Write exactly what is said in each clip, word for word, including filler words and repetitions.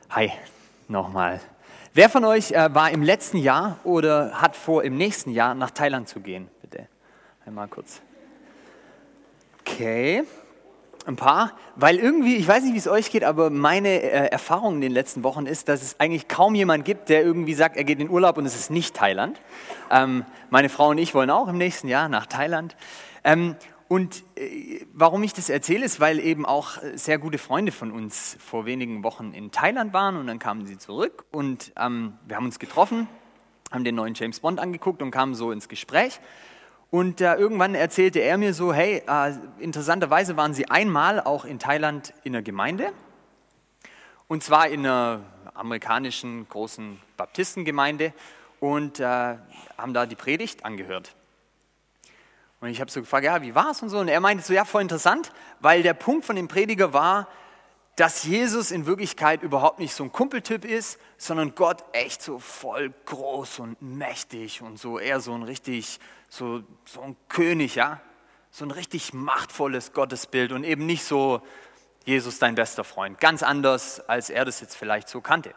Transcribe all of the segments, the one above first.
Hi, nochmal. Wer von euch äh, war im letzten Jahr oder hat vor, im nächsten Jahr nach Thailand zu gehen? Bitte, einmal kurz. Okay, ein paar. Weil irgendwie, ich weiß nicht, wie es euch geht, aber meine äh, Erfahrung in den letzten Wochen ist, dass es eigentlich kaum jemand gibt, der irgendwie sagt, er geht in Urlaub und es ist nicht Thailand. Ähm, meine Frau und ich wollen auch im nächsten Jahr nach Thailand. Ähm, Und äh, warum ich das erzähle, ist, weil eben auch sehr gute Freunde von uns vor wenigen Wochen in Thailand waren und dann kamen sie zurück und ähm, wir haben uns getroffen, haben den neuen James Bond angeguckt und kamen so ins Gespräch. Und äh, irgendwann erzählte er mir so, hey, äh, interessanterweise waren sie einmal auch in Thailand in einer Gemeinde und zwar in einer amerikanischen großen Baptistengemeinde und äh, haben da die Predigt angehört. Und ich habe so gefragt, ja, wie war es und so? Und er meinte so, ja, voll interessant, weil der Punkt von dem Prediger war, dass Jesus in Wirklichkeit überhaupt nicht so ein Kumpeltyp ist, sondern Gott echt so voll groß und mächtig und so eher so ein richtig, so, so ein König, ja, so ein richtig machtvolles Gottesbild und eben nicht so Jesus dein bester Freund, ganz anders, als er das jetzt vielleicht so kannte.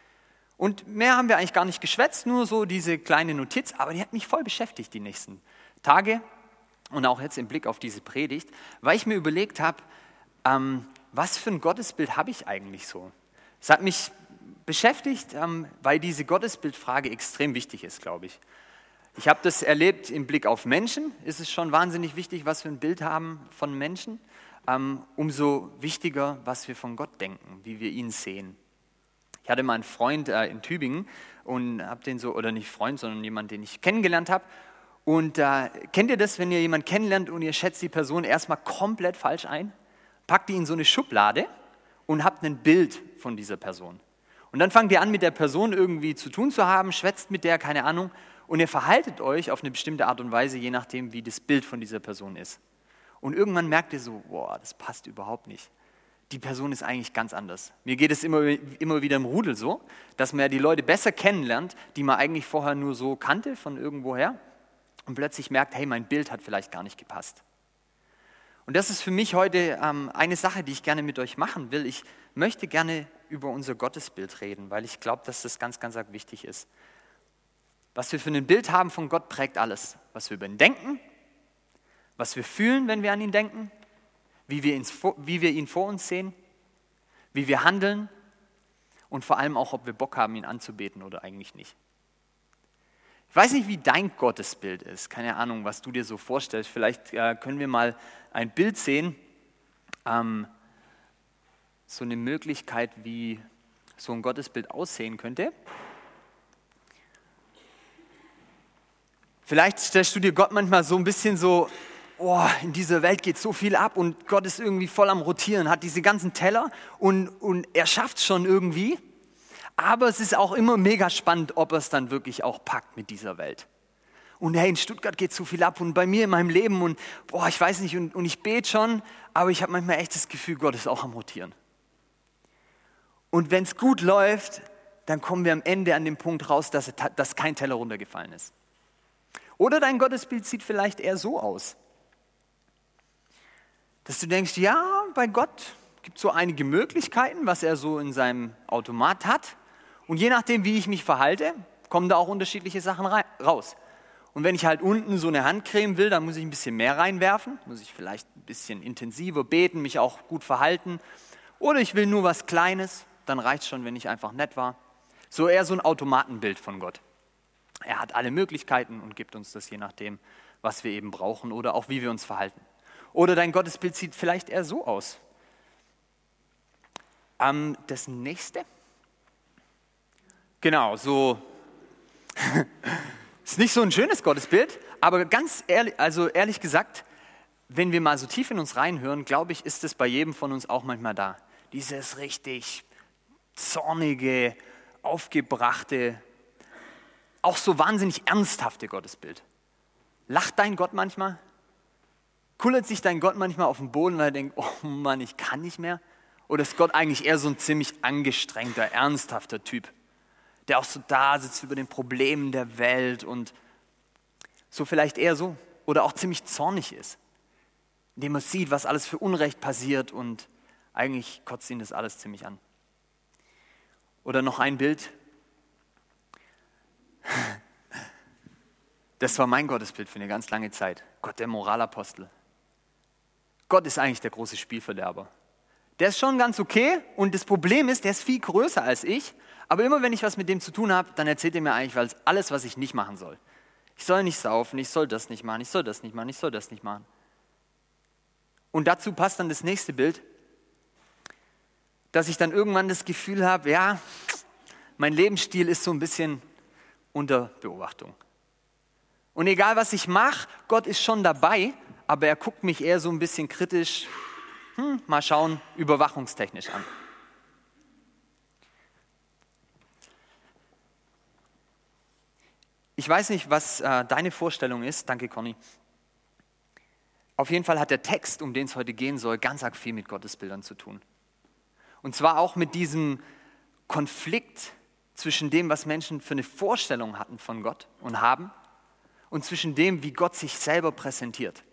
Und mehr haben wir eigentlich gar nicht geschwätzt, nur so diese kleine Notiz, aber die hat mich voll beschäftigt die nächsten Tage. Und auch jetzt im Blick auf diese Predigt, weil ich mir überlegt habe, ähm, was für ein Gottesbild habe ich eigentlich so? Es hat mich beschäftigt, ähm, weil diese Gottesbildfrage extrem wichtig ist, glaube ich. Ich habe das erlebt im Blick auf Menschen, ist es schon wahnsinnig wichtig, was wir ein Bild haben von Menschen. Ähm, umso wichtiger, was wir von Gott denken, wie wir ihn sehen. Ich hatte mal einen Freund äh, in Tübingen und habe den so, oder nicht Freund, sondern jemanden, den ich kennengelernt habe. Und äh, kennt ihr das, wenn ihr jemanden kennenlernt und ihr schätzt die Person erstmal komplett falsch ein? Packt die in so eine Schublade und habt ein Bild von dieser Person. Und dann fangt ihr an, mit der Person irgendwie zu tun zu haben, schwätzt mit der, keine Ahnung, und ihr verhaltet euch auf eine bestimmte Art und Weise, je nachdem, wie das Bild von dieser Person ist. Und irgendwann merkt ihr so, boah, das passt überhaupt nicht. Die Person ist eigentlich ganz anders. Mir geht es immer, immer wieder im Rudel so, dass man ja die Leute besser kennenlernt, die man eigentlich vorher nur so kannte von irgendwoher. Und plötzlich merkt, hey, mein Bild hat vielleicht gar nicht gepasst. Und das ist für mich heute ähm, eine Sache, die ich gerne mit euch machen will. Ich möchte gerne über unser Gottesbild reden, weil ich glaube, dass das ganz, ganz wichtig ist. Was wir für ein Bild haben von Gott, prägt alles. Was wir über ihn denken, was wir fühlen, wenn wir an ihn denken, wie wir, ihn, wie wir ihn vor uns sehen, wie wir handeln und vor allem auch, ob wir Bock haben, ihn anzubeten oder eigentlich nicht. Ich weiß nicht, wie dein Gottesbild ist, keine Ahnung, was du dir so vorstellst. Vielleicht äh, können wir mal ein Bild sehen, ähm, so eine Möglichkeit, wie so ein Gottesbild aussehen könnte. Vielleicht stellst du dir Gott manchmal so ein bisschen so, oh, in dieser Welt geht so viel ab und Gott ist irgendwie voll am Rotieren, hat diese ganzen Teller und, und er schafft es schon irgendwie. Aber es ist auch immer mega spannend, ob er es dann wirklich auch packt mit dieser Welt. Und hey, in Stuttgart geht so viel ab und bei mir in meinem Leben und boah, ich weiß nicht und, und ich bete schon, aber ich habe manchmal echt das Gefühl, Gott ist auch am Rotieren. Und wenn es gut läuft, dann kommen wir am Ende an den Punkt raus, dass, dass kein Teller runtergefallen ist. Oder dein Gottesbild sieht vielleicht eher so aus, dass du denkst, ja, bei Gott gibt es so einige Möglichkeiten, was er so in seinem Automat hat. Und je nachdem, wie ich mich verhalte, kommen da auch unterschiedliche Sachen rein, raus. Und wenn ich halt unten so eine Handcreme will, dann muss ich ein bisschen mehr reinwerfen, muss ich vielleicht ein bisschen intensiver beten, mich auch gut verhalten. Oder ich will nur was Kleines, dann reicht es schon, wenn ich einfach nett war. So eher so ein Automatenbild von Gott. Er hat alle Möglichkeiten und gibt uns das je nachdem, was wir eben brauchen oder auch wie wir uns verhalten. Oder dein Gottesbild sieht vielleicht eher so aus. Ähm, das nächste. Genau, so ist nicht so ein schönes Gottesbild, aber ganz ehrlich, also ehrlich gesagt, wenn wir mal so tief in uns reinhören, glaube ich, ist es bei jedem von uns auch manchmal da. Dieses richtig zornige, aufgebrachte, auch so wahnsinnig ernsthafte Gottesbild. Lacht dein Gott manchmal? Kullert sich dein Gott manchmal auf den Boden, weil er denkt, oh Mann, ich kann nicht mehr? Oder ist Gott eigentlich eher so ein ziemlich angestrengter, ernsthafter Typ, der auch so da sitzt über den Problemen der Welt und so vielleicht eher so oder auch ziemlich zornig ist, indem er sieht, was alles für Unrecht passiert und eigentlich kotzt ihn das alles ziemlich an. Oder noch ein Bild. Das war mein Gottesbild für eine ganz lange Zeit. Gott, der Moralapostel. Gott ist eigentlich der große Spielverderber. Der ist schon ganz okay und das Problem ist, der ist viel größer als ich. Aber immer wenn ich was mit dem zu tun habe, dann erzählt er mir eigentlich alles, was ich nicht machen soll. Ich soll nicht saufen, ich soll das nicht machen, ich soll das nicht machen, ich soll das nicht machen. Und dazu passt dann das nächste Bild, dass ich dann irgendwann das Gefühl habe, ja, mein Lebensstil ist so ein bisschen unter Beobachtung. Und egal, was ich mache, Gott ist schon dabei, aber er guckt mich eher so ein bisschen kritisch, hm, mal schauen, überwachungstechnisch an. Ich weiß nicht, was äh, deine Vorstellung ist. Danke, Conny. Auf jeden Fall hat der Text, um den es heute gehen soll, ganz arg viel mit Gottesbildern zu tun. Und zwar auch mit diesem Konflikt zwischen dem, was Menschen für eine Vorstellung hatten von Gott und haben, und zwischen dem, wie Gott sich selber präsentiert.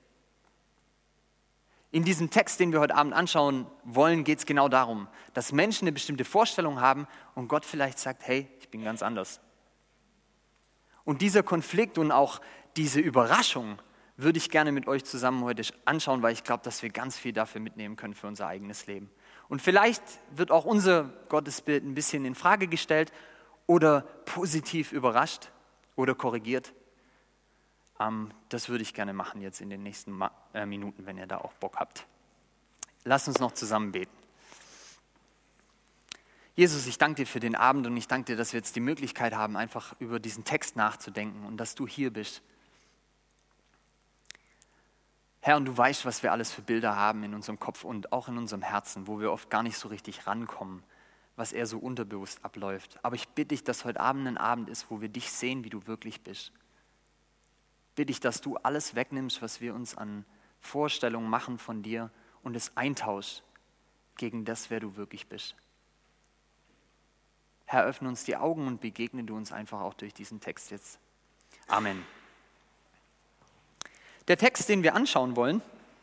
In diesem Text, den wir heute Abend anschauen wollen, geht es genau darum, dass Menschen eine bestimmte Vorstellung haben und Gott vielleicht sagt, hey, ich bin ganz anders. Und dieser Konflikt und auch diese Überraschung würde ich gerne mit euch zusammen heute anschauen, weil ich glaube, dass wir ganz viel dafür mitnehmen können für unser eigenes Leben. Und vielleicht wird auch unser Gottesbild ein bisschen in Frage gestellt oder positiv überrascht oder korrigiert. Ähm, das würde ich gerne machen jetzt in den nächsten Ma- äh, Minuten, wenn ihr da auch Bock habt. Lasst uns noch zusammen beten. Jesus, ich danke dir für den Abend und ich danke dir, dass wir jetzt die Möglichkeit haben, einfach über diesen Text nachzudenken und dass du hier bist. Herr, und du weißt, was wir alles für Bilder haben in unserem Kopf und auch in unserem Herzen, wo wir oft gar nicht so richtig rankommen, was eher so unterbewusst abläuft. Aber ich bitte dich, dass heute Abend ein Abend ist, wo wir dich sehen, wie du wirklich bist. Bitte ich, dass du alles wegnimmst, was wir uns an Vorstellungen machen von dir und es eintauschst gegen das, wer du wirklich bist. Herr, öffne uns die Augen und begegne du uns einfach auch durch diesen Text jetzt. Amen. Der Text, den wir anschauen wollen,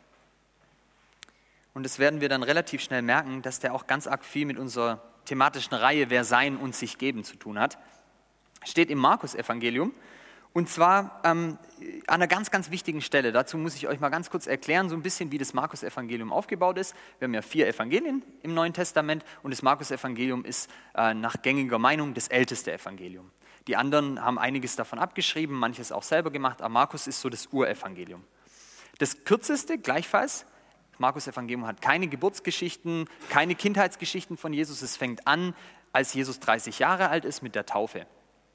und das werden wir dann relativ schnell merken, dass der auch ganz arg viel mit unserer thematischen Reihe Wer sein und sich geben zu tun hat, steht im Markus-Evangelium. Und zwar ähm, an einer ganz, ganz wichtigen Stelle. Dazu muss ich euch mal ganz kurz erklären, so ein bisschen, wie das Markus-Evangelium aufgebaut ist. Wir haben ja vier Evangelien im Neuen Testament und das Markus-Evangelium ist äh, nach gängiger Meinung das älteste Evangelium. Die anderen haben einiges davon abgeschrieben, manches auch selber gemacht, aber Markus ist so das Urevangelium. Das kürzeste gleichfalls, das Markus-Evangelium hat keine Geburtsgeschichten, keine Kindheitsgeschichten von Jesus. Es fängt an, als Jesus dreißig Jahre alt ist mit der Taufe.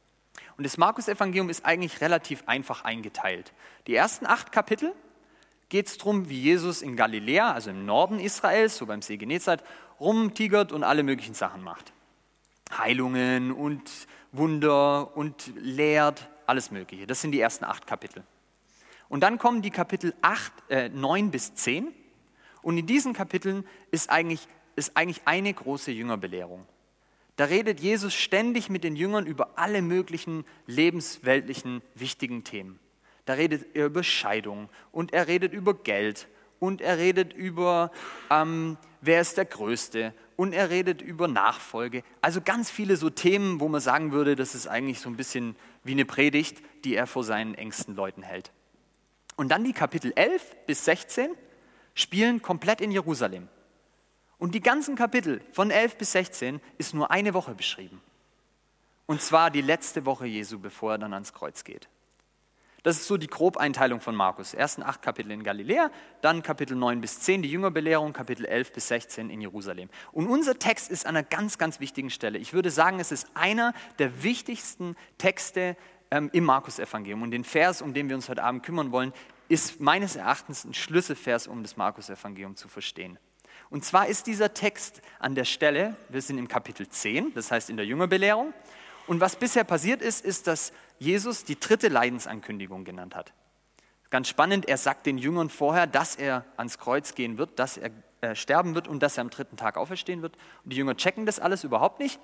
Und das Markus-Evangelium ist eigentlich relativ einfach eingeteilt. Die ersten acht Kapitel geht es darum, wie Jesus in Galiläa, also im Norden Israels, so beim See Genezareth, rumtigert und alle möglichen Sachen macht. Heilungen und Wunder und lehrt, alles Mögliche. Das sind die ersten acht Kapitel. Und dann kommen die Kapitel acht, äh, neun bis zehn. Und in diesen Kapiteln ist eigentlich, ist eigentlich eine große Jüngerbelehrung. Da redet Jesus ständig mit den Jüngern über alle möglichen lebensweltlichen wichtigen Themen. Da redet er über Scheidung und er redet über Geld und er redet über, ähm, wer ist der Größte und er redet über Nachfolge. Also ganz viele so Themen, wo man sagen würde, das ist eigentlich so ein bisschen wie eine Predigt, die er vor seinen engsten Leuten hält. Und dann die Kapitel elf bis sechzehn spielen komplett in Jerusalem. Und die ganzen Kapitel von elf bis sechzehn ist nur eine Woche beschrieben. Und zwar die letzte Woche Jesu, bevor er dann ans Kreuz geht. Das ist so die Grobeinteilung von Markus. Ersten acht Kapitel in Galiläa, dann Kapitel neun bis zehn die Jüngerbelehrung, Kapitel elf bis sechzehn in Jerusalem. Und unser Text ist an einer ganz, ganz wichtigen Stelle. Ich würde sagen, es ist einer der wichtigsten Texte ähm, im Markus-Evangelium. Und den Vers, um den wir uns heute Abend kümmern wollen, ist meines Erachtens ein Schlüsselvers, um das Markus-Evangelium zu verstehen. Und zwar ist dieser Text an der Stelle, wir sind im Kapitel zehn, das heißt in der Jüngerbelehrung. Und was bisher passiert ist, ist, dass Jesus die dritte Leidensankündigung genannt hat. Ganz spannend, er sagt den Jüngern vorher, dass er ans Kreuz gehen wird, dass er äh, sterben wird und dass er am dritten Tag auferstehen wird. Und die Jünger checken das alles überhaupt nicht.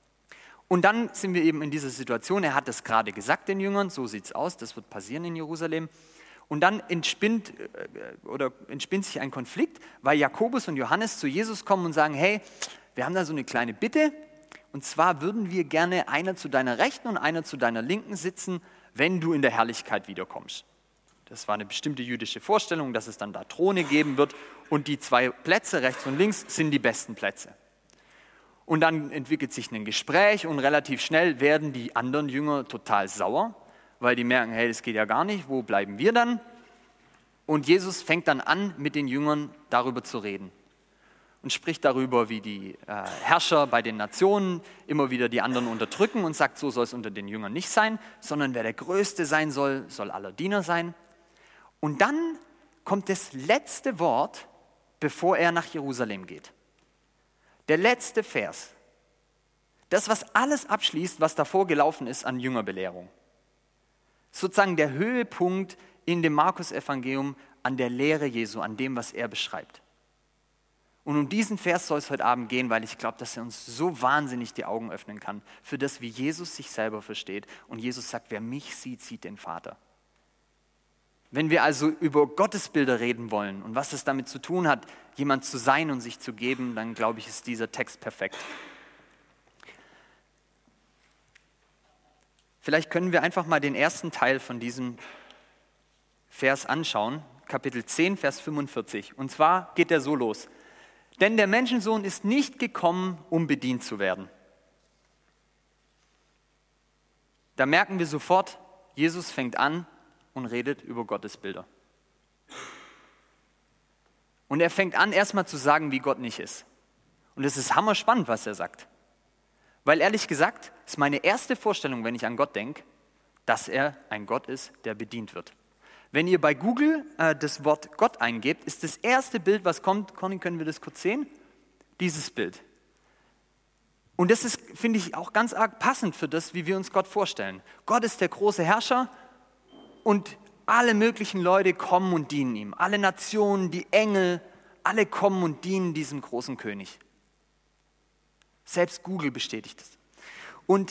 Und dann sind wir eben in dieser Situation, er hat das gerade gesagt den Jüngern, so sieht es aus, das wird passieren in Jerusalem. Und dann entspinnt, oder entspinnt sich ein Konflikt, weil Jakobus und Johannes zu Jesus kommen und sagen, hey, wir haben da so eine kleine Bitte. Und zwar würden wir gerne einer zu deiner Rechten und einer zu deiner Linken sitzen, wenn du in der Herrlichkeit wiederkommst. Das war eine bestimmte jüdische Vorstellung, dass es dann da Throne geben wird und die zwei Plätze rechts und links sind die besten Plätze. Und dann entwickelt sich ein Gespräch und relativ schnell werden die anderen Jünger total sauer, weil die merken, hey, das geht ja gar nicht, wo bleiben wir dann? Und Jesus fängt dann an, mit den Jüngern darüber zu reden und spricht darüber, wie die äh, Herrscher bei den Nationen immer wieder die anderen unterdrücken und sagt, so soll es unter den Jüngern nicht sein, sondern wer der Größte sein soll, soll aller Diener sein. Und dann kommt das letzte Wort, bevor er nach Jerusalem geht. Der letzte Vers. Das, was alles abschließt, was davor gelaufen ist an Jüngerbelehrung. Sozusagen der Höhepunkt in dem Markus-Evangelium an der Lehre Jesu, an dem, was er beschreibt. Und um diesen Vers soll es heute Abend gehen, weil ich glaube, dass er uns so wahnsinnig die Augen öffnen kann für das, wie Jesus sich selber versteht. Und Jesus sagt, wer mich sieht, sieht den Vater. Wenn wir also über Gottesbilder reden wollen und was es damit zu tun hat, jemand zu sein und sich zu geben, dann glaube ich, ist dieser Text perfekt. Vielleicht können wir einfach mal den ersten Teil von diesem Vers anschauen, Kapitel zehn, Vers fünfundvierzig. Und zwar geht er so los. Denn der Menschensohn ist nicht gekommen, um bedient zu werden. Da merken wir sofort, Jesus fängt an und redet über Gottesbilder. Und er fängt an, erstmal zu sagen, wie Gott nicht ist. Und es ist hammerspannend, was er sagt. Weil ehrlich gesagt, ist meine erste Vorstellung, wenn ich an Gott denke, dass er ein Gott ist, der bedient wird. Wenn ihr bei Google äh, das Wort Gott eingebt, ist das erste Bild, was kommt, Conny, können wir das kurz sehen? Dieses Bild. Und das ist, finde ich, auch ganz arg passend für das, wie wir uns Gott vorstellen. Gott ist der große Herrscher und alle möglichen Leute kommen und dienen ihm. Alle Nationen, die Engel, alle kommen und dienen diesem großen König. Selbst Google bestätigt es. Und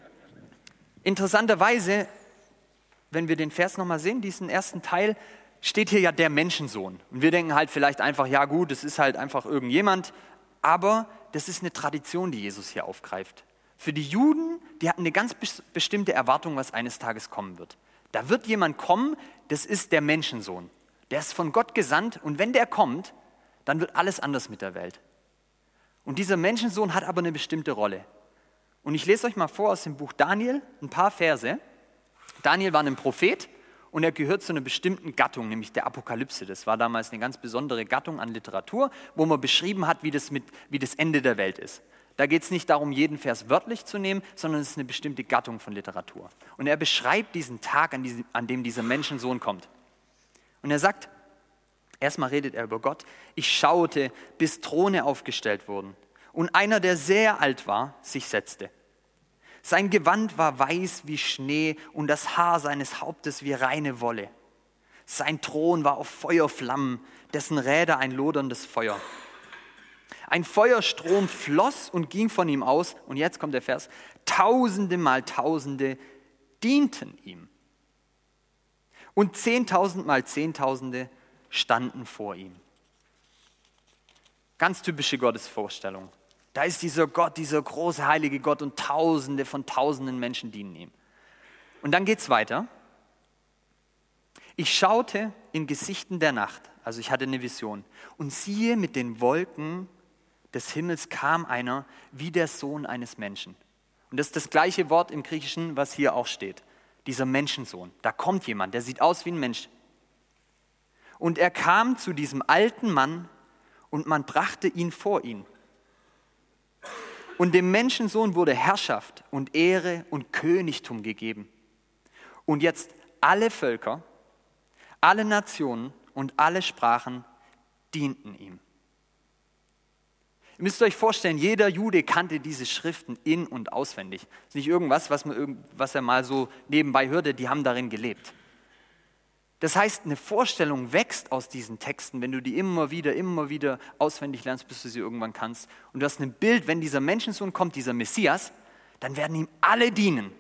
interessanterweise, wenn wir den Vers nochmal sehen, diesen ersten Teil, steht hier ja der Menschensohn. Und wir denken halt vielleicht einfach, ja gut, es ist halt einfach irgendjemand, aber das ist eine Tradition, die Jesus hier aufgreift. Für die Juden, die hatten eine ganz bestimmte Erwartung, was eines Tages kommen wird. Da wird jemand kommen, das ist der Menschensohn. Der ist von Gott gesandt und wenn der kommt, dann wird alles anders mit der Welt. Und dieser Menschensohn hat aber eine bestimmte Rolle. Und ich lese euch mal vor aus dem Buch Daniel ein paar Verse. Daniel war ein Prophet und er gehört zu einer bestimmten Gattung, nämlich der Apokalypse. Das war damals eine ganz besondere Gattung an Literatur, wo man beschrieben hat, wie das, mit, wie das Ende der Welt ist. Da geht es nicht darum, jeden Vers wörtlich zu nehmen, sondern es ist eine bestimmte Gattung von Literatur. Und er beschreibt diesen Tag, an, diesem, an dem dieser Menschensohn kommt. Und er sagt, erstmal redet er über Gott, ich schaute, bis Throne aufgestellt wurden und einer, der sehr alt war, sich setzte. Sein Gewand war weiß wie Schnee und das Haar seines Hauptes wie reine Wolle. Sein Thron war auf Feuerflammen, dessen Räder ein loderndes Feuer. Ein Feuerstrom floss und ging von ihm aus, und jetzt kommt der Vers, Tausende mal Tausende dienten ihm. Und Zehntausend mal Zehntausende standen vor ihm. Ganz typische Gottesvorstellung. Da ist dieser Gott, dieser große heilige Gott und Tausende von Tausenden Menschen dienen ihm. Und dann geht es weiter. Ich schaute in Gesichten der Nacht, also ich hatte eine Vision, und siehe, mit den Wolken des Himmels kam einer wie der Sohn eines Menschen. Und das ist das gleiche Wort im Griechischen, was hier auch steht. Dieser Menschensohn. Da kommt jemand, der sieht aus wie ein Mensch. Und er kam zu diesem alten Mann und man brachte ihn vor ihn. Und dem Menschensohn wurde Herrschaft und Ehre und Königtum gegeben. Und jetzt alle Völker, alle Nationen und alle Sprachen dienten ihm. Ihr müsst euch vorstellen, jeder Jude kannte diese Schriften in- und auswendig. Das ist nicht irgendwas, was, man, was er mal so nebenbei hörte, die haben darin gelebt. Das heißt, eine Vorstellung wächst aus diesen Texten, wenn du die immer wieder, immer wieder auswendig lernst, bis du sie irgendwann kannst. Und du hast ein Bild, wenn dieser Menschensohn kommt, dieser Messias, dann werden ihm alle dienen.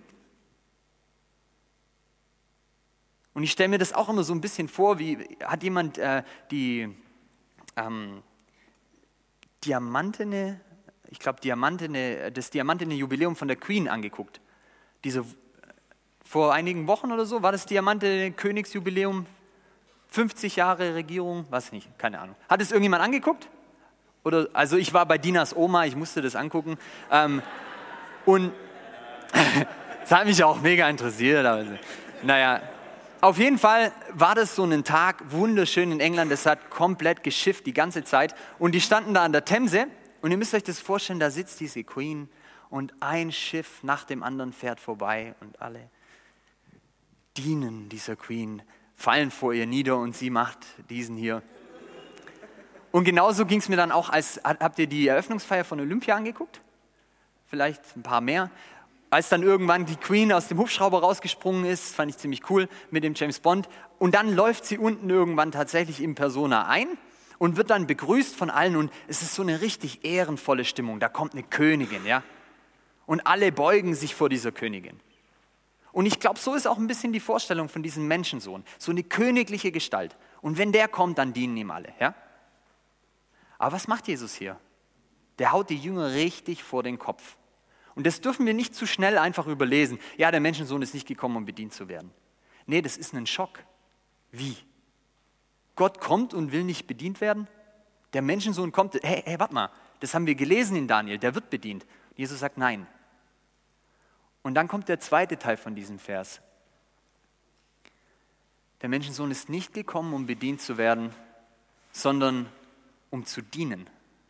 Und ich stelle mir das auch immer so ein bisschen vor, wie hat jemand äh, die ähm, diamantene, ich glaube, Diamantene, das diamantene Jubiläum von der Queen angeguckt. Diese, vor einigen Wochen oder so war das diamantene Königsjubiläum, fünfzig Jahre Regierung, weiß nicht, keine Ahnung. Hat es irgendjemand angeguckt? Oder, also ich war bei Dinas Oma, ich musste das angucken. Ähm, und das hat mich auch mega interessiert. Aber, naja, auf jeden Fall war das so ein Tag, wunderschön in England, das hat komplett geschifft die ganze Zeit. Und die standen da an der Themse und ihr müsst euch das vorstellen, da sitzt diese Queen und ein Schiff nach dem anderen fährt vorbei und alle dienen dieser Queen, fallen vor ihr nieder und sie macht diesen hier. Und genauso ging es mir dann auch, als habt ihr die Eröffnungsfeier von Olympia angeguckt? Vielleicht ein paar mehr. Als dann irgendwann die Queen aus dem Hubschrauber rausgesprungen ist, fand ich ziemlich cool mit dem James Bond. Und dann läuft sie unten irgendwann tatsächlich in Persona ein und wird dann begrüßt von allen. Und es ist so eine richtig ehrenvolle Stimmung. Da kommt eine Königin, ja. Und alle beugen sich vor dieser Königin. Und ich glaube, so ist auch ein bisschen die Vorstellung von diesem Menschensohn. So eine königliche Gestalt. Und wenn der kommt, dann dienen ihm alle, ja. Aber was macht Jesus hier? Der haut die Jünger richtig vor den Kopf. Und das dürfen wir nicht zu schnell einfach überlesen. Ja, der Menschensohn ist nicht gekommen, um bedient zu werden. Nee, das ist ein Schock. Wie? Gott kommt und will nicht bedient werden? Der Menschensohn kommt, hey, hey, warte mal, das haben wir gelesen in Daniel, der wird bedient. Und Jesus sagt nein. Und dann kommt der zweite Teil von diesem Vers. Der Menschensohn ist nicht gekommen, um bedient zu werden, sondern um zu dienen.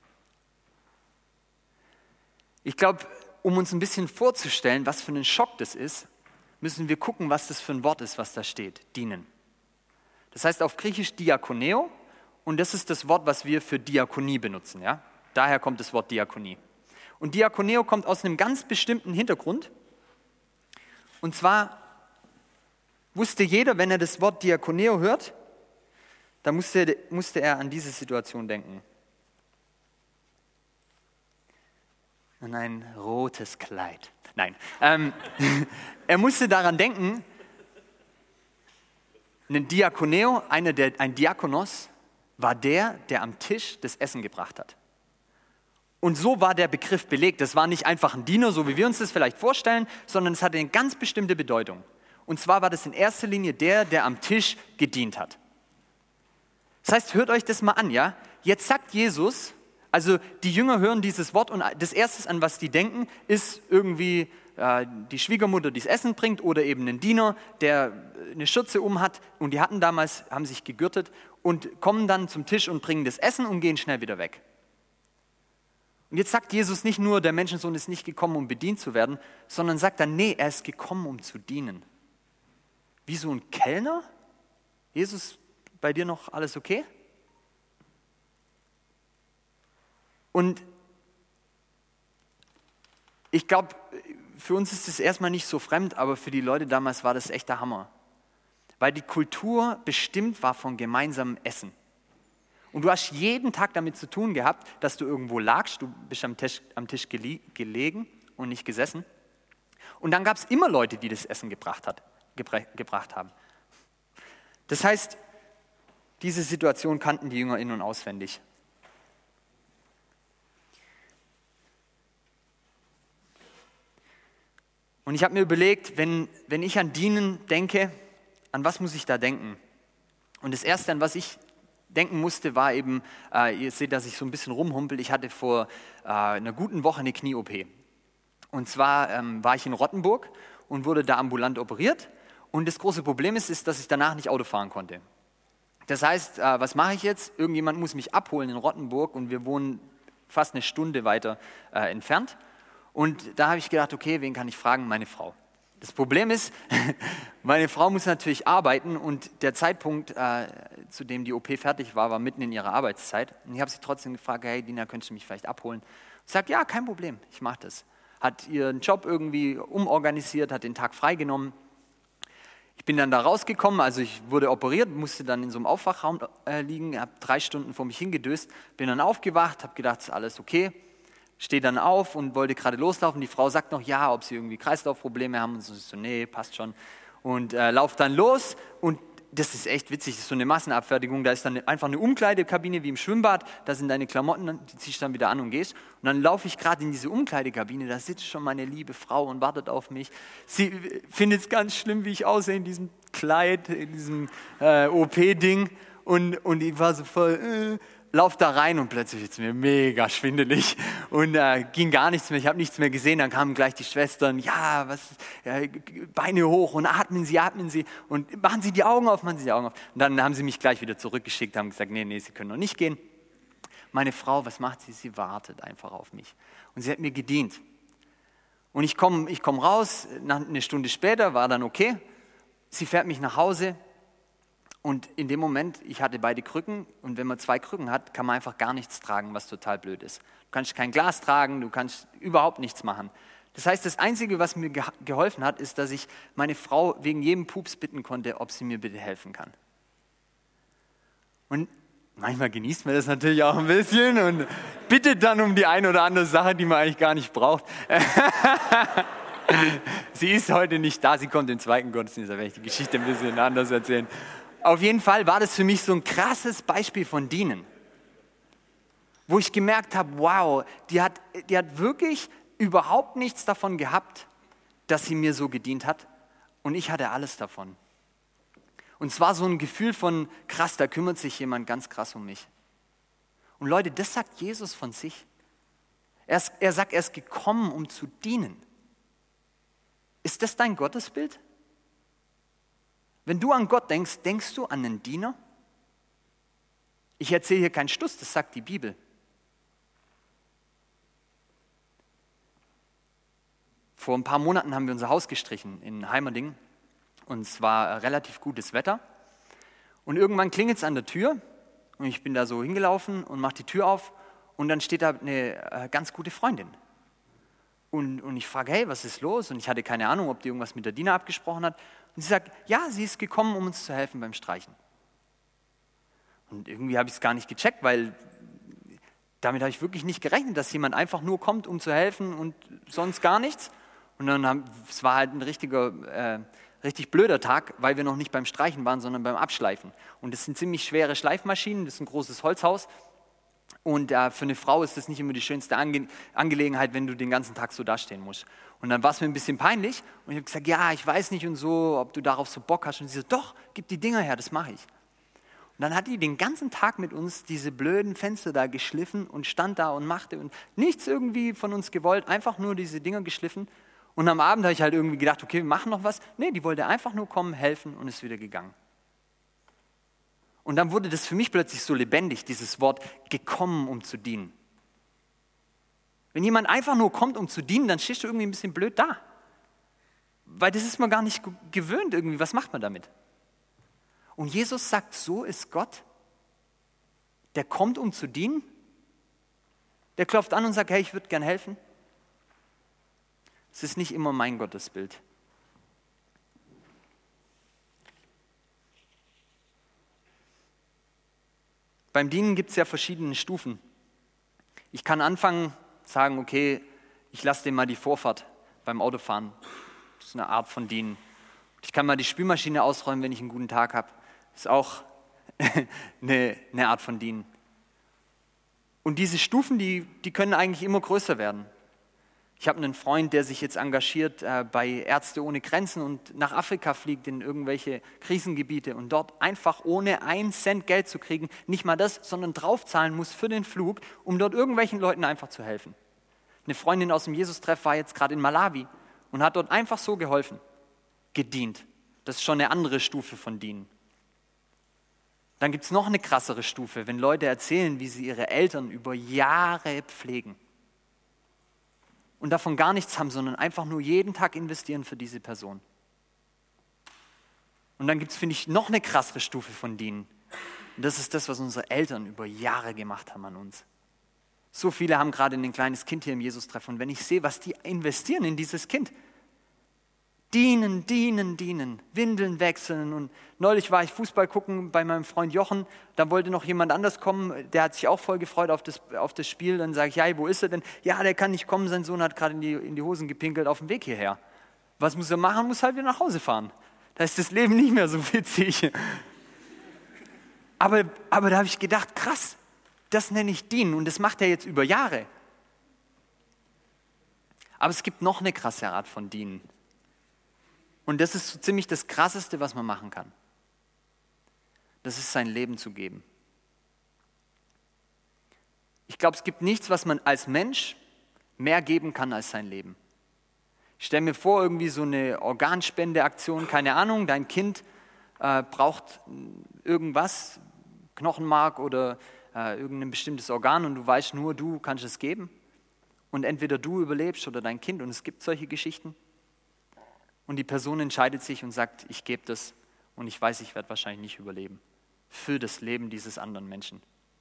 Ich glaube, um uns ein bisschen vorzustellen, was für ein Schock das ist, müssen wir gucken, was das für ein Wort ist, was da steht, dienen. Das heißt auf Griechisch Diakoneo und das ist das Wort, was wir für Diakonie benutzen. Ja? Daher kommt das Wort Diakonie. Und Diakoneo kommt aus einem ganz bestimmten Hintergrund. Und zwar wusste jeder, wenn er das Wort Diakoneo hört, da musste, musste er an diese Situation denken. An ein rotes Kleid. Nein, ähm, er musste daran denken, ein Diakoneo, einer der, ein Diakonos, war der, der am Tisch das Essen gebracht hat. Und so war der Begriff belegt. Das war nicht einfach ein Diener, so wie wir uns das vielleicht vorstellen, sondern es hatte eine ganz bestimmte Bedeutung. Und zwar war das in erster Linie der, der am Tisch gedient hat. Das heißt, hört euch das mal an, ja? Jetzt sagt Jesus, also die Jünger hören dieses Wort und das Erste, an was die denken, ist irgendwie äh, die Schwiegermutter, die das Essen bringt oder eben ein Diener, der eine Schürze umhat. Und die hatten damals, haben sich gegürtet und kommen dann zum Tisch und bringen das Essen und gehen schnell wieder weg. Und jetzt sagt Jesus nicht nur, der Menschensohn ist nicht gekommen, um bedient zu werden, sondern sagt dann, nee, er ist gekommen, um zu dienen. Wie so ein Kellner? Jesus, bei dir noch alles okay? Und ich glaube, für uns ist es erstmal nicht so fremd, aber für die Leute damals war das echt der Hammer. Weil die Kultur bestimmt war von gemeinsamem Essen. Und du hast jeden Tag damit zu tun gehabt, dass du irgendwo lagst, du bist am Tisch, am Tisch gele- gelegen und nicht gesessen. Und dann gab es immer Leute, die das Essen gebracht, hat, gebra- gebracht haben. Das heißt, diese Situation kannten die Jünger in- und auswendig. Und ich habe mir überlegt, wenn, wenn ich an Dienen denke, an was muss ich da denken? Und das Erste, an was ich denken musste, war eben, äh, ihr seht, dass ich so ein bisschen rumhumpel, ich hatte vor äh, einer guten Woche eine Knie-O P. Und zwar ähm, war ich in Rottenburg und wurde da ambulant operiert. Und das große Problem ist, ist, dass ich danach nicht Auto fahren konnte. Das heißt, äh, was mache ich jetzt? Irgendjemand muss mich abholen in Rottenburg und wir wohnen fast eine Stunde weiter äh, entfernt. Und da habe ich gedacht, okay, wen kann ich fragen? Meine Frau. Das Problem ist, meine Frau muss natürlich arbeiten und der Zeitpunkt, äh, zu dem die O P fertig war, war mitten in ihrer Arbeitszeit. Und ich habe sie trotzdem gefragt, hey Dina, könntest du mich vielleicht abholen? Sie sagt, ja, kein Problem, ich mache das. Hat ihren Job irgendwie umorganisiert, hat den Tag freigenommen. Ich bin dann da rausgekommen, also ich wurde operiert, musste dann in so einem Aufwachraum äh, liegen, habe drei Stunden vor mich hingedöst, bin dann aufgewacht, habe gedacht, ist alles okay. Stehe dann auf und wollte gerade loslaufen. Die Frau sagt noch, ja, ob sie irgendwie Kreislaufprobleme haben. Und so, so nee, passt schon. Und äh, laufe dann los und das ist echt witzig, das ist so eine Massenabfertigung, da ist dann einfach eine Umkleidekabine wie im Schwimmbad, da sind deine Klamotten, die ziehst du dann wieder an und gehst. Und dann laufe ich gerade in diese Umkleidekabine, da sitzt schon meine liebe Frau und wartet auf mich. Sie findet es ganz schlimm, wie ich aussehe in diesem Kleid, in diesem äh, O P-Ding. Und, und ich war so voll, äh, lauf da rein und plötzlich ist mir mega schwindelig und äh, ging gar nichts mehr, ich habe nichts mehr gesehen. Dann kamen gleich die Schwestern, ja, was, äh, Beine hoch und atmen Sie, atmen Sie und machen Sie die Augen auf, machen Sie die Augen auf. Und dann haben sie mich gleich wieder zurückgeschickt, haben gesagt, nee, nee, Sie können noch nicht gehen. Meine Frau, was macht sie? Sie wartet einfach auf mich und sie hat mir gedient. Und ich komme ich komm raus, nach, eine Stunde später war dann okay, sie fährt mich nach Hause. Und in dem Moment, ich hatte beide Krücken und wenn man zwei Krücken hat, kann man einfach gar nichts tragen, was total blöd ist. Du kannst kein Glas tragen, du kannst überhaupt nichts machen. Das heißt, das Einzige, was mir geholfen hat, ist, dass ich meine Frau wegen jedem Pups bitten konnte, ob sie mir bitte helfen kann. Und manchmal genießt man das natürlich auch ein bisschen und bittet dann um die eine oder andere Sache, die man eigentlich gar nicht braucht. Sie ist heute nicht da, sie kommt im zweiten Gottesdienst, da werde ich die Geschichte ein bisschen anders erzählen. Auf jeden Fall war das für mich so ein krasses Beispiel von Dienen, wo ich gemerkt habe, wow, die hat, die hat wirklich überhaupt nichts davon gehabt, dass sie mir so gedient hat und ich hatte alles davon. Und es war so ein Gefühl von, krass, da kümmert sich jemand ganz krass um mich. Und Leute, das sagt Jesus von sich. Er, ist, er sagt, er ist gekommen, um zu dienen. Ist das dein Gottesbild? Wenn du an Gott denkst, denkst du an einen Diener? Ich erzähle hier keinen Stuss, das sagt die Bibel. Vor ein paar Monaten haben wir unser Haus gestrichen in Heimerdingen und es war relativ gutes Wetter. Und irgendwann klingelt es an der Tür und ich bin da so hingelaufen und mache die Tür auf und dann steht da eine ganz gute Freundin. Und, und ich frage, hey, was ist los? Und ich hatte keine Ahnung, ob die irgendwas mit der Dina abgesprochen hat. Und sie sagt, ja, sie ist gekommen, um uns zu helfen beim Streichen. Und irgendwie habe ich es gar nicht gecheckt, weil damit habe ich wirklich nicht gerechnet, dass jemand einfach nur kommt, um zu helfen und sonst gar nichts. Und dann haben, es war halt ein richtiger, äh, richtig blöder Tag, weil wir noch nicht beim Streichen waren, sondern beim Abschleifen. Und das sind ziemlich schwere Schleifmaschinen, das ist ein großes Holzhaus. Und äh, für eine Frau ist das nicht immer die schönste Ange- Angelegenheit, wenn du den ganzen Tag so dastehen musst. Und dann war es mir ein bisschen peinlich und ich habe gesagt, ja, ich weiß nicht und so, ob du darauf so Bock hast. Und sie so, doch, gib die Dinger her, das mache ich. Und dann hat die den ganzen Tag mit uns diese blöden Fenster da geschliffen und stand da und machte und nichts irgendwie von uns gewollt, einfach nur diese Dinger geschliffen. Und am Abend habe ich halt irgendwie gedacht, okay, wir machen noch was. Nee, die wollte einfach nur kommen, helfen und ist wieder gegangen. Und dann wurde das für mich plötzlich so lebendig, dieses Wort, gekommen, um zu dienen. Wenn jemand einfach nur kommt, um zu dienen, dann stehst du irgendwie ein bisschen blöd da. Weil das ist man gar nicht gewöhnt irgendwie. Was macht man damit? Und Jesus sagt, so ist Gott. Der kommt, um zu dienen. Der klopft an und sagt, hey, ich würde gern helfen. Es ist nicht immer mein Gottesbild. Beim Dienen gibt es ja verschiedene Stufen. Ich kann anfangen, sagen, okay, ich lasse dem mal die Vorfahrt beim Autofahren. Das ist eine Art von Dienen. Ich kann mal die Spülmaschine ausräumen, wenn ich einen guten Tag habe. Das ist auch eine, eine Art von Dienen. Und diese Stufen, die, die können eigentlich immer größer werden. Ich habe einen Freund, der sich jetzt engagiert äh, bei Ärzte ohne Grenzen und nach Afrika fliegt in irgendwelche Krisengebiete und dort einfach ohne einen Cent Geld zu kriegen, nicht mal das, sondern draufzahlen muss für den Flug, um dort irgendwelchen Leuten einfach zu helfen. Eine Freundin aus dem Jesus-Treff war jetzt gerade in Malawi und hat dort einfach so geholfen, gedient. Das ist schon eine andere Stufe von Dienen. Dann gibt es noch eine krassere Stufe, wenn Leute erzählen, wie sie ihre Eltern über Jahre pflegen. Und davon gar nichts haben, sondern einfach nur jeden Tag investieren für diese Person. Und dann gibt es, finde ich, noch eine krassere Stufe von Dienen. Und das ist das, was unsere Eltern über Jahre gemacht haben an uns. So viele haben gerade ein kleines Kind hier im Jesus-Treff. Und wenn ich sehe, was die investieren in dieses Kind, dienen, dienen, dienen, Windeln wechseln. Und neulich war ich Fußball gucken bei meinem Freund Jochen, da wollte noch jemand anders kommen, der hat sich auch voll gefreut auf das, auf das Spiel. Dann sage ich, ja, wo ist er denn? Ja, der kann nicht kommen, sein Sohn hat gerade in die, in die Hosen gepinkelt auf dem Weg hierher. Was muss er machen? Muss halt wieder nach Hause fahren. Da ist das Leben nicht mehr so witzig. Aber, aber da habe ich gedacht, krass, das nenne ich dienen und das macht er jetzt über Jahre. Aber es gibt noch eine krasse Art von dienen. Und das ist so ziemlich das Krasseste, was man machen kann. Das ist sein Leben zu geben. Ich glaube, es gibt nichts, was man als Mensch mehr geben kann als sein Leben. Ich stelle mir vor, irgendwie so eine Organspendeaktion, keine Ahnung, dein Kind äh, braucht irgendwas, Knochenmark oder äh, irgendein bestimmtes Organ und du weißt nur, du kannst es geben. Und entweder du überlebst oder dein Kind und es gibt solche Geschichten. Und die Person entscheidet sich und sagt, ich gebe das und ich weiß, ich werde wahrscheinlich nicht überleben. Für das Leben dieses anderen Menschen.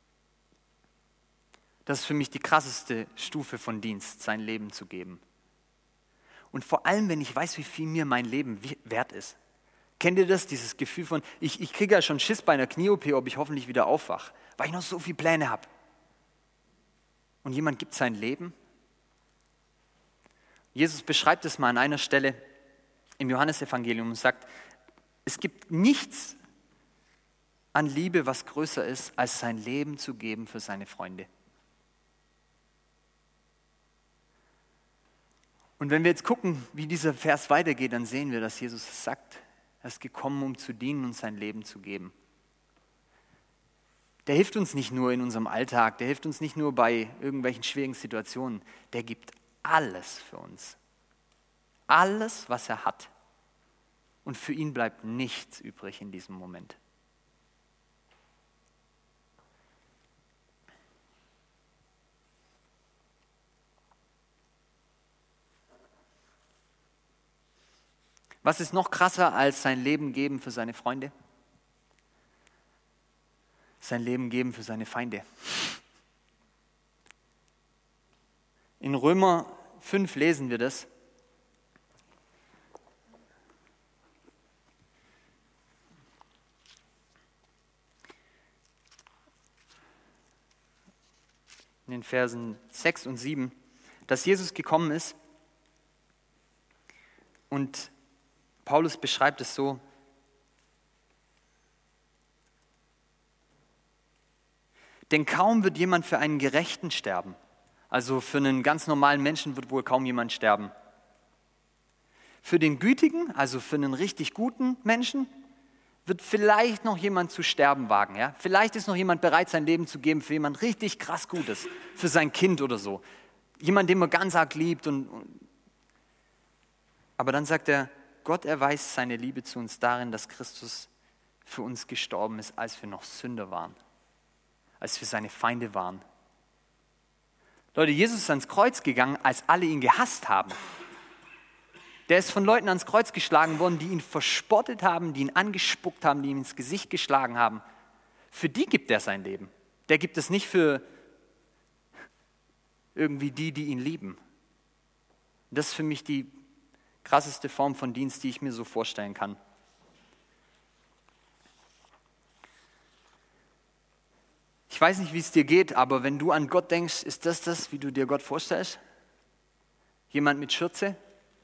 Das ist für mich die krasseste Stufe von Dienst, sein Leben zu geben. Und vor allem, wenn ich weiß, wie viel mir mein Leben wert ist. Kennt ihr das, dieses Gefühl von, ich, ich kriege ja schon Schiss bei einer Knie-O P, ob ich hoffentlich wieder aufwache, weil ich noch so viele Pläne habe. Und jemand gibt sein Leben. Jesus beschreibt es mal an einer Stelle im Johannesevangelium und sagt, es gibt nichts an Liebe, was größer ist, als sein Leben zu geben für seine Freunde. Und wenn wir jetzt gucken, wie dieser Vers weitergeht, dann sehen wir, dass Jesus es sagt. Er ist gekommen, um zu dienen und sein Leben zu geben. Der hilft uns nicht nur in unserem Alltag, der hilft uns nicht nur bei irgendwelchen schwierigen Situationen, der gibt alles für uns. Alles, was er hat. Und für ihn bleibt nichts übrig in diesem Moment. Was ist noch krasser als sein Leben geben für seine Freunde? Sein Leben geben für seine Feinde. In Römer fünf lesen wir das. In den Versen sechs und sieben, dass Jesus gekommen ist und Paulus beschreibt es so, denn kaum wird jemand für einen Gerechten sterben, also für einen ganz normalen Menschen wird wohl kaum jemand sterben. Für den Gütigen, also für einen richtig guten Menschen, wird vielleicht noch jemand zu sterben wagen. Ja? Vielleicht ist noch jemand bereit, sein Leben zu geben für jemand richtig krass Gutes, für sein Kind oder so. Jemand, den man ganz arg liebt. Und, und aber dann sagt er, Gott erweist seine Liebe zu uns darin, dass Christus für uns gestorben ist, als wir noch Sünder waren, als wir seine Feinde waren. Leute, Jesus ist ans Kreuz gegangen, als alle ihn gehasst haben. Der ist von Leuten ans Kreuz geschlagen worden, die ihn verspottet haben, die ihn angespuckt haben, die ihm ins Gesicht geschlagen haben. Für die gibt er sein Leben. Der gibt es nicht für irgendwie die, die ihn lieben. Das ist für mich die krasseste Form von Dienst, die ich mir so vorstellen kann. Ich weiß nicht, wie es dir geht, aber wenn du an Gott denkst, ist das das, wie du dir Gott vorstellst? Jemand mit Schürze?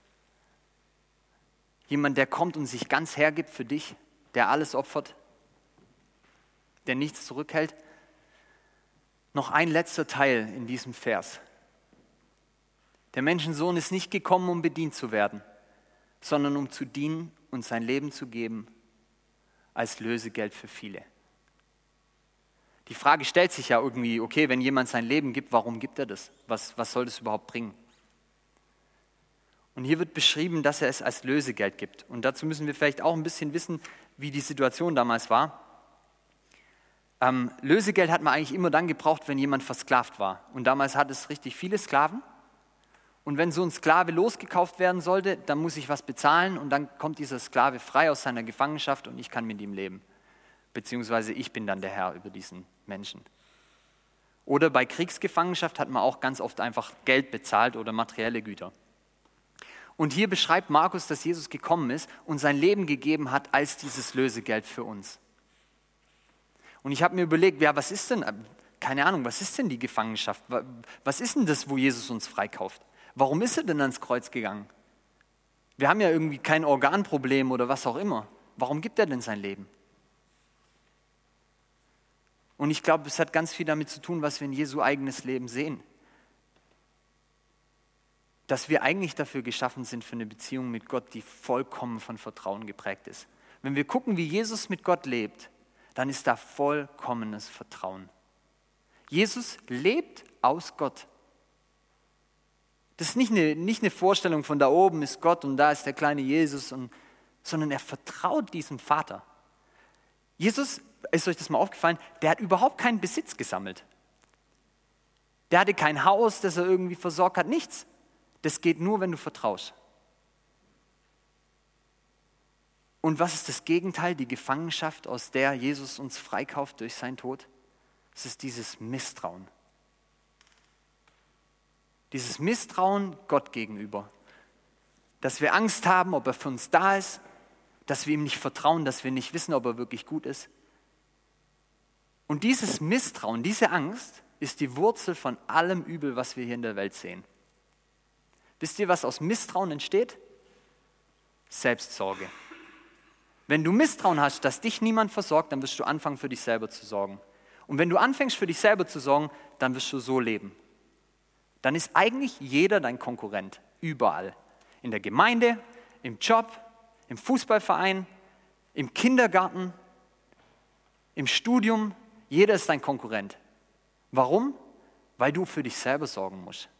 Jemand, der kommt und sich ganz hergibt für dich, der alles opfert, der nichts zurückhält? Noch ein letzter Teil in diesem Vers. Der Menschensohn ist nicht gekommen, um bedient zu werden, sondern um zu dienen und sein Leben zu geben als Lösegeld für viele. Die Frage stellt sich ja irgendwie, okay, wenn jemand sein Leben gibt, warum gibt er das? Was, was soll das überhaupt bringen? Und hier wird beschrieben, dass er es als Lösegeld gibt. Und dazu müssen wir vielleicht auch ein bisschen wissen, wie die Situation damals war. Ähm, Lösegeld hat man eigentlich immer dann gebraucht, wenn jemand versklavt war. Und damals hat es richtig viele Sklaven. Und wenn so ein Sklave losgekauft werden sollte, dann muss ich was bezahlen und dann kommt dieser Sklave frei aus seiner Gefangenschaft und ich kann mit ihm leben. Beziehungsweise ich bin dann der Herr über diesen Menschen. Oder bei Kriegsgefangenschaft hat man auch ganz oft einfach Geld bezahlt oder materielle Güter. Und hier beschreibt Markus, dass Jesus gekommen ist und sein Leben gegeben hat als dieses Lösegeld für uns. Und ich habe mir überlegt, ja, was ist denn, keine Ahnung, was ist denn die Gefangenschaft? Was ist denn das, wo Jesus uns freikauft? Warum ist er denn ans Kreuz gegangen? Wir haben ja irgendwie kein Organproblem oder was auch immer. Warum gibt er denn sein Leben? Und ich glaube, es hat ganz viel damit zu tun, was wir in Jesu eigenes Leben sehen. Dass wir eigentlich dafür geschaffen sind, für eine Beziehung mit Gott, die vollkommen von Vertrauen geprägt ist. Wenn wir gucken, wie Jesus mit Gott lebt, dann ist da vollkommenes Vertrauen. Jesus lebt aus Gott. Das ist nicht eine, nicht eine Vorstellung von da oben ist Gott und da ist der kleine Jesus, und, sondern er vertraut diesem Vater. Jesus, ist euch das mal aufgefallen, der hat überhaupt keinen Besitz gesammelt. Der hatte kein Haus, das er irgendwie versorgt hat, nichts. Das geht nur, wenn du vertraust. Und was ist das Gegenteil, die Gefangenschaft, aus der Jesus uns freikauft durch seinen Tod? Es ist dieses Misstrauen. Dieses Misstrauen Gott gegenüber. Dass wir Angst haben, ob er für uns da ist, dass wir ihm nicht vertrauen, dass wir nicht wissen, ob er wirklich gut ist. Und dieses Misstrauen, diese Angst ist die Wurzel von allem Übel, was wir hier in der Welt sehen. Wisst ihr, was aus Misstrauen entsteht? Selbstsorge. Wenn du Misstrauen hast, dass dich niemand versorgt, dann wirst du anfangen, für dich selber zu sorgen. Und wenn du anfängst, für dich selber zu sorgen, dann wirst du so leben. Dann ist eigentlich jeder dein Konkurrent, überall. In der Gemeinde, im Job, im Fußballverein, im Kindergarten, im Studium. Jeder ist dein Konkurrent. Warum? Weil du für dich selber sorgen musst.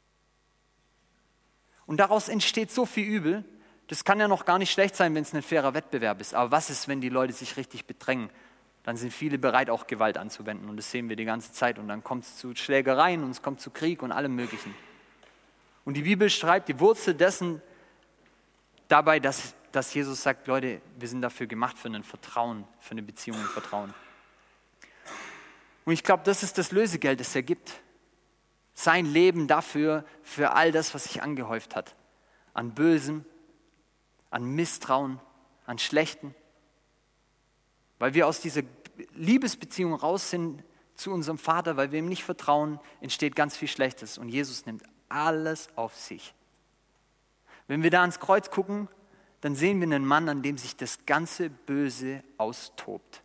Und daraus entsteht so viel Übel. Das kann ja noch gar nicht schlecht sein, wenn es ein fairer Wettbewerb ist. Aber was ist, wenn die Leute sich richtig bedrängen? Dann sind viele bereit, auch Gewalt anzuwenden. Und das sehen wir die ganze Zeit. Und dann kommt es zu Schlägereien und es kommt zu Krieg und allem Möglichen. Und die Bibel schreibt die Wurzel dessen dabei, dass, dass Jesus sagt, Leute, wir sind dafür gemacht für ein Vertrauen, für eine Beziehung und Vertrauen. Und ich glaube, das ist das Lösegeld, das er gibt. Sein Leben dafür, für all das, was sich angehäuft hat. An Bösem, an Misstrauen, an Schlechten. Weil wir aus dieser Liebesbeziehung raus sind zu unserem Vater, weil wir ihm nicht vertrauen, entsteht ganz viel Schlechtes. Und Jesus nimmt alles auf sich. Wenn wir da ans Kreuz gucken, dann sehen wir einen Mann, an dem sich das ganze Böse austobt.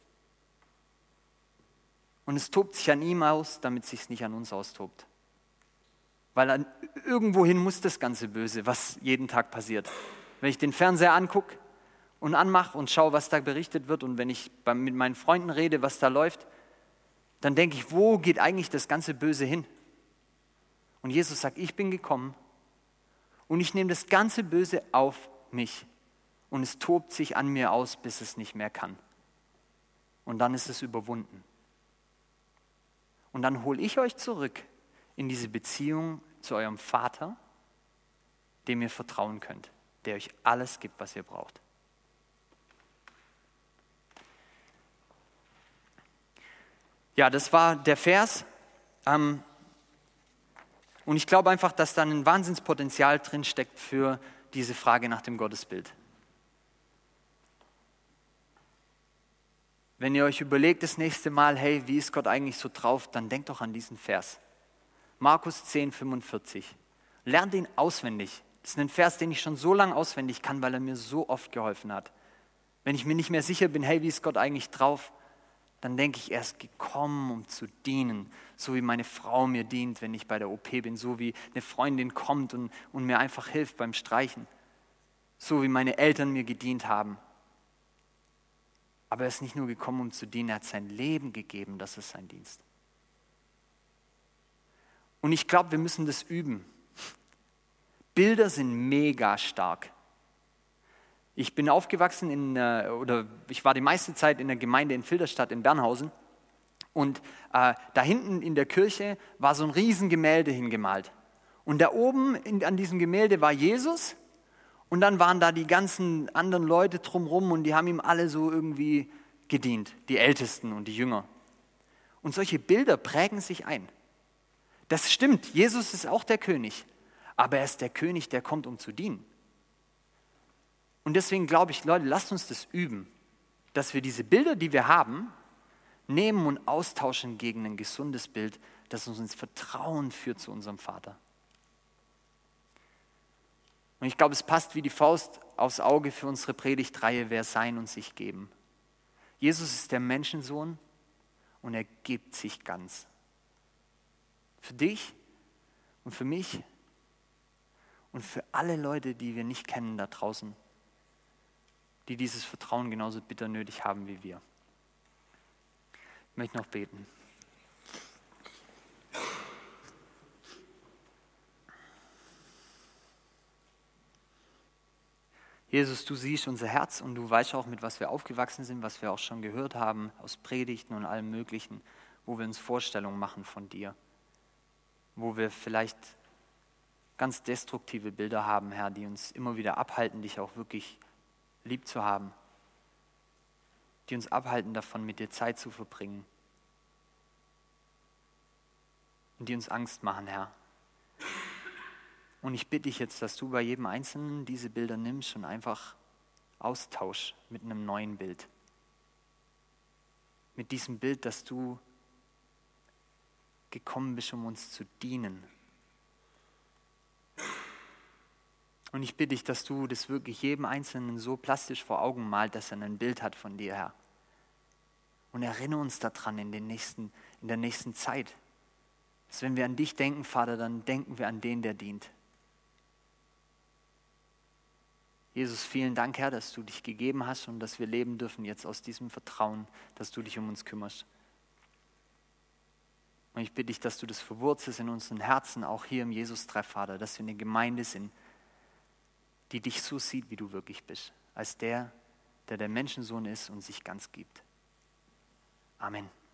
Und es tobt sich an ihm aus, damit es sich nicht an uns austobt. Weil an, irgendwohin muss das ganze Böse, was jeden Tag passiert. Wenn ich den Fernseher angucke und anmache und schaue, was da berichtet wird, und wenn ich bei, mit meinen Freunden rede, was da läuft, dann denke ich, wo geht eigentlich das ganze Böse hin? Und Jesus sagt, ich bin gekommen und ich nehme das ganze Böse auf mich und es tobt sich an mir aus, bis es nicht mehr kann. Und dann ist es überwunden. Und dann hole ich euch zurück in diese Beziehung zu eurem Vater, dem ihr vertrauen könnt, der euch alles gibt, was ihr braucht. Ja, das war der Vers. Ähm, und ich glaube einfach, dass da ein Wahnsinnspotenzial drin steckt für diese Frage nach dem Gottesbild. Wenn ihr euch überlegt das nächste Mal, hey, wie ist Gott eigentlich so drauf, dann denkt doch an diesen Vers. Markus zehn, fünfundvierzig. Lernt ihn auswendig. Das ist ein Vers, den ich schon so lange auswendig kann, weil er mir so oft geholfen hat. Wenn ich mir nicht mehr sicher bin, hey, wie ist Gott eigentlich drauf, dann denke ich, er ist gekommen, um zu dienen. So wie meine Frau mir dient, wenn ich bei der O P bin. So wie eine Freundin kommt und, und mir einfach hilft beim Streichen. So wie meine Eltern mir gedient haben. Aber er ist nicht nur gekommen, um zu dienen, er hat sein Leben gegeben, das ist sein Dienst. Und ich glaube, wir müssen das üben. Bilder sind mega stark. Ich bin aufgewachsen in, oder ich war die meiste Zeit in der Gemeinde in Filderstadt in Bernhausen. Und äh, da hinten in der Kirche war so ein Riesengemälde hingemalt. Und da oben in, an diesem Gemälde war Jesus. Und dann waren da die ganzen anderen Leute drumherum und die haben ihm alle so irgendwie gedient, die Ältesten und die Jünger. Und solche Bilder prägen sich ein. Das stimmt, Jesus ist auch der König, aber er ist der König, der kommt, um zu dienen. Und deswegen glaube ich, Leute, lasst uns das üben, dass wir diese Bilder, die wir haben, nehmen und austauschen gegen ein gesundes Bild, das uns ins Vertrauen führt zu unserem Vater. Und ich glaube, es passt wie die Faust aufs Auge für unsere Predigtreihe, wer sein und sich geben. Jesus ist der Menschensohn und er gibt sich ganz. Für dich und für mich und für alle Leute, die wir nicht kennen da draußen, die dieses Vertrauen genauso bitter nötig haben wie wir. Ich möchte noch beten. Jesus, du siehst unser Herz und du weißt auch, mit was wir aufgewachsen sind, was wir auch schon gehört haben aus Predigten und allem Möglichen, wo wir uns Vorstellungen machen von dir, wo wir vielleicht ganz destruktive Bilder haben, Herr, die uns immer wieder abhalten, dich auch wirklich lieb zu haben, die uns abhalten davon, mit dir Zeit zu verbringen und die uns Angst machen, Herr. Und ich bitte dich jetzt, dass du bei jedem Einzelnen diese Bilder nimmst und einfach austauschst mit einem neuen Bild. Mit diesem Bild, dass du gekommen bist, um uns zu dienen. Und ich bitte dich, dass du das wirklich jedem Einzelnen so plastisch vor Augen malt, dass er ein Bild hat von dir, Herr. Und erinnere uns daran in, den nächsten, in der nächsten Zeit. Dass wenn wir an dich denken, Vater, dann denken wir an den, der dient. Jesus, vielen Dank, Herr, dass du dich gegeben hast und dass wir leben dürfen jetzt aus diesem Vertrauen, dass du dich um uns kümmerst. Und ich bitte dich, dass du das verwurzelst in unseren Herzen, auch hier im Jesus-Treff, Vater, dass wir eine Gemeinde sind, die dich so sieht, wie du wirklich bist, als der, der der Menschensohn ist und sich ganz gibt. Amen.